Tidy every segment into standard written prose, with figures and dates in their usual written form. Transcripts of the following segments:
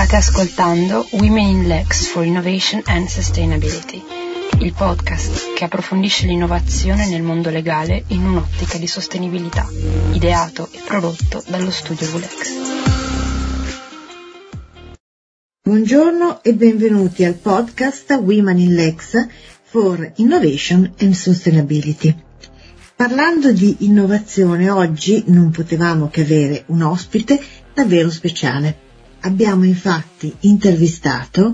State ascoltando Women in Lex for Innovation and Sustainability, il podcast che approfondisce l'innovazione nel mondo legale in un'ottica di sostenibilità, ideato e prodotto dallo studio WLEX. Buongiorno e benvenuti al podcast Women in Lex for Innovation and Sustainability. Parlando di innovazione, oggi non potevamo che avere un ospite davvero speciale. Abbiamo infatti intervistato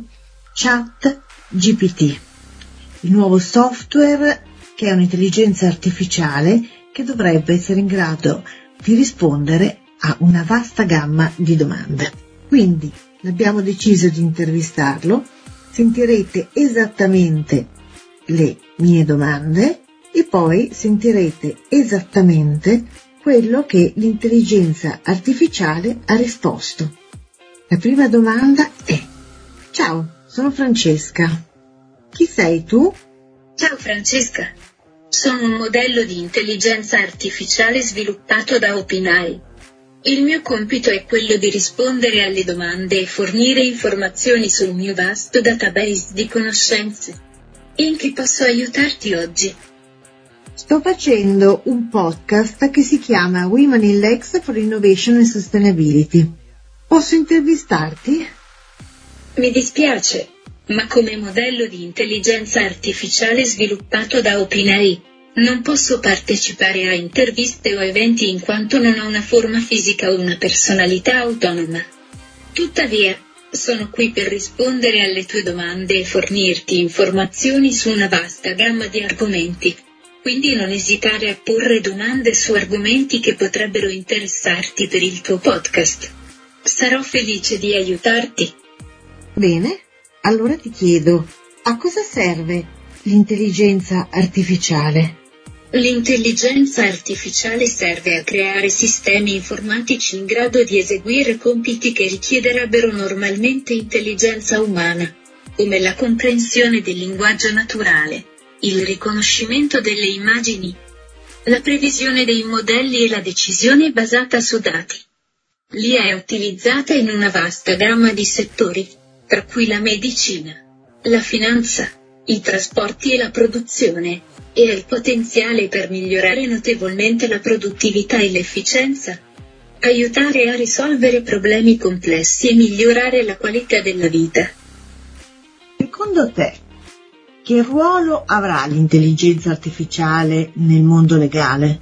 ChatGPT, il nuovo software che è un'intelligenza artificiale che dovrebbe essere in grado di rispondere a una vasta gamma di domande. Quindi abbiamo deciso di intervistarlo, sentirete esattamente le mie domande e poi sentirete esattamente quello che l'intelligenza artificiale ha risposto. La prima domanda è: ciao, sono Francesca. Chi sei tu? Ciao Francesca, sono un modello di intelligenza artificiale sviluppato da OpenAI. Il mio compito è quello di rispondere alle domande e fornire informazioni sul mio vasto database di conoscenze. In che posso aiutarti oggi? Sto facendo un podcast che si chiama Women in Lex for Innovation and Sustainability. Posso intervistarti? Mi dispiace, ma come modello di intelligenza artificiale sviluppato da OpenAI, non posso partecipare a interviste o eventi in quanto non ho una forma fisica o una personalità autonoma. Tuttavia, sono qui per rispondere alle tue domande e fornirti informazioni su una vasta gamma di argomenti. Quindi non esitare a porre domande su argomenti che potrebbero interessarti per il tuo podcast. Sarò felice di aiutarti. Bene, allora ti chiedo, a cosa serve l'intelligenza artificiale? L'intelligenza artificiale serve a creare sistemi informatici in grado di eseguire compiti che richiederebbero normalmente intelligenza umana, come la comprensione del linguaggio naturale, il riconoscimento delle immagini, la previsione dei modelli e la decisione basata su dati. L'IA è utilizzata in una vasta gamma di settori, tra cui la medicina, la finanza, i trasporti e la produzione, e ha il potenziale per migliorare notevolmente la produttività e l'efficienza, aiutare a risolvere problemi complessi e migliorare la qualità della vita. Secondo te, che ruolo avrà l'intelligenza artificiale nel mondo legale?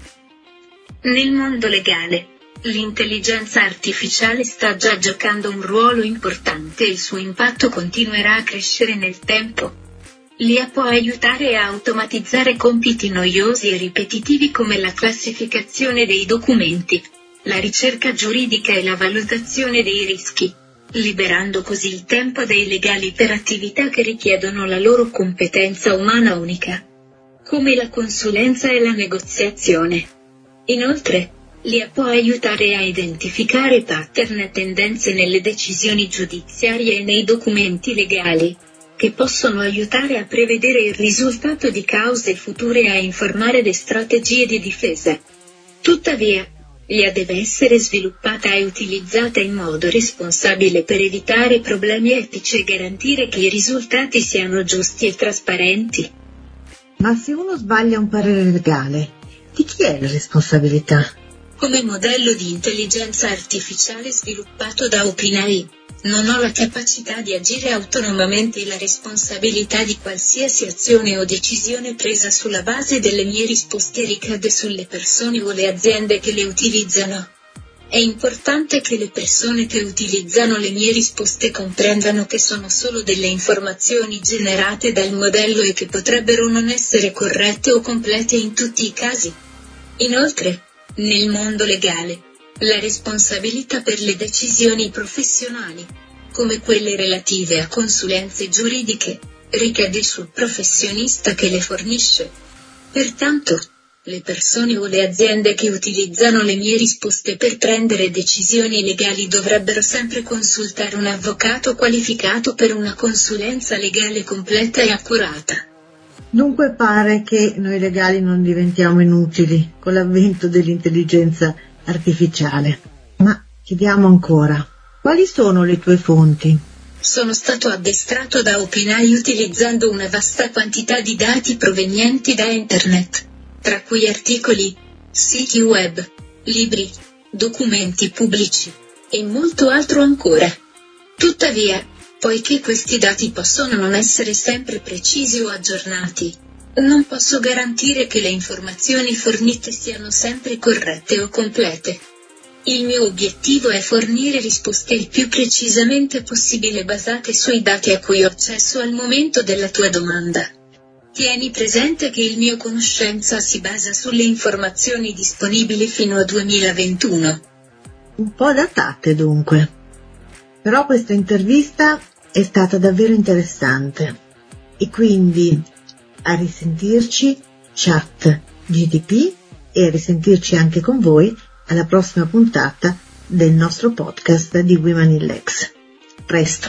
Nel mondo legale, l'intelligenza artificiale sta già giocando un ruolo importante e il suo impatto continuerà a crescere nel tempo. L'IA può aiutare a automatizzare compiti noiosi e ripetitivi come la classificazione dei documenti, la ricerca giuridica e la valutazione dei rischi, liberando così il tempo dei legali per attività che richiedono la loro competenza umana unica, come la consulenza e la negoziazione. Inoltre, l'IA può aiutare a identificare pattern e tendenze nelle decisioni giudiziarie e nei documenti legali, che possono aiutare a prevedere il risultato di cause future e a informare le strategie di difesa. Tuttavia, l'IA deve essere sviluppata e utilizzata in modo responsabile per evitare problemi etici e garantire che i risultati siano giusti e trasparenti. Ma se uno sbaglia un parere legale, di chi è la responsabilità? Come modello di intelligenza artificiale sviluppato da OpenAI, non ho la capacità di agire autonomamente e la responsabilità di qualsiasi azione o decisione presa sulla base delle mie risposte ricade sulle persone o le aziende che le utilizzano. È importante che le persone che utilizzano le mie risposte comprendano che sono solo delle informazioni generate dal modello e che potrebbero non essere corrette o complete in tutti i casi. Inoltre, nel mondo legale, la responsabilità per le decisioni professionali, come quelle relative a consulenze giuridiche, ricade sul professionista che le fornisce. Pertanto, le persone o le aziende che utilizzano le mie risposte per prendere decisioni legali dovrebbero sempre consultare un avvocato qualificato per una consulenza legale completa e accurata. Dunque pare che noi legali non diventiamo inutili con l'avvento dell'intelligenza artificiale. Ma chiediamo ancora, Quali sono le tue fonti? Sono stato addestrato da OpenAI utilizzando una vasta quantità di dati provenienti da Internet, tra cui articoli, siti web, libri, documenti pubblici, e molto altro ancora. Tuttavia, poiché questi dati possono non essere sempre precisi o aggiornati, non posso garantire che le informazioni fornite siano sempre corrette o complete. Il mio obiettivo è fornire risposte il più precisamente possibile basate sui dati a cui ho accesso al momento della tua domanda. Tieni presente che il mio conoscenza si basa sulle informazioni disponibili fino a 2021. Un po' datate dunque. Però questa intervista è stata davvero interessante. E quindi a risentirci, chat GDP, e a risentirci anche con voi alla prossima puntata del nostro podcast di Women in Lex. Presto!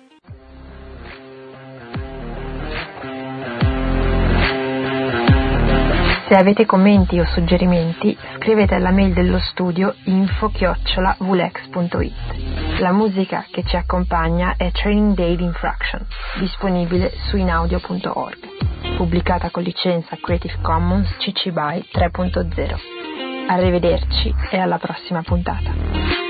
Se avete commenti o suggerimenti, scrivete alla mail dello studio info@vulex.it. La musica che ci accompagna è Training Day Infraction, disponibile su inaudio.org, pubblicata con licenza Creative Commons CC BY 3.0. Arrivederci e alla prossima puntata.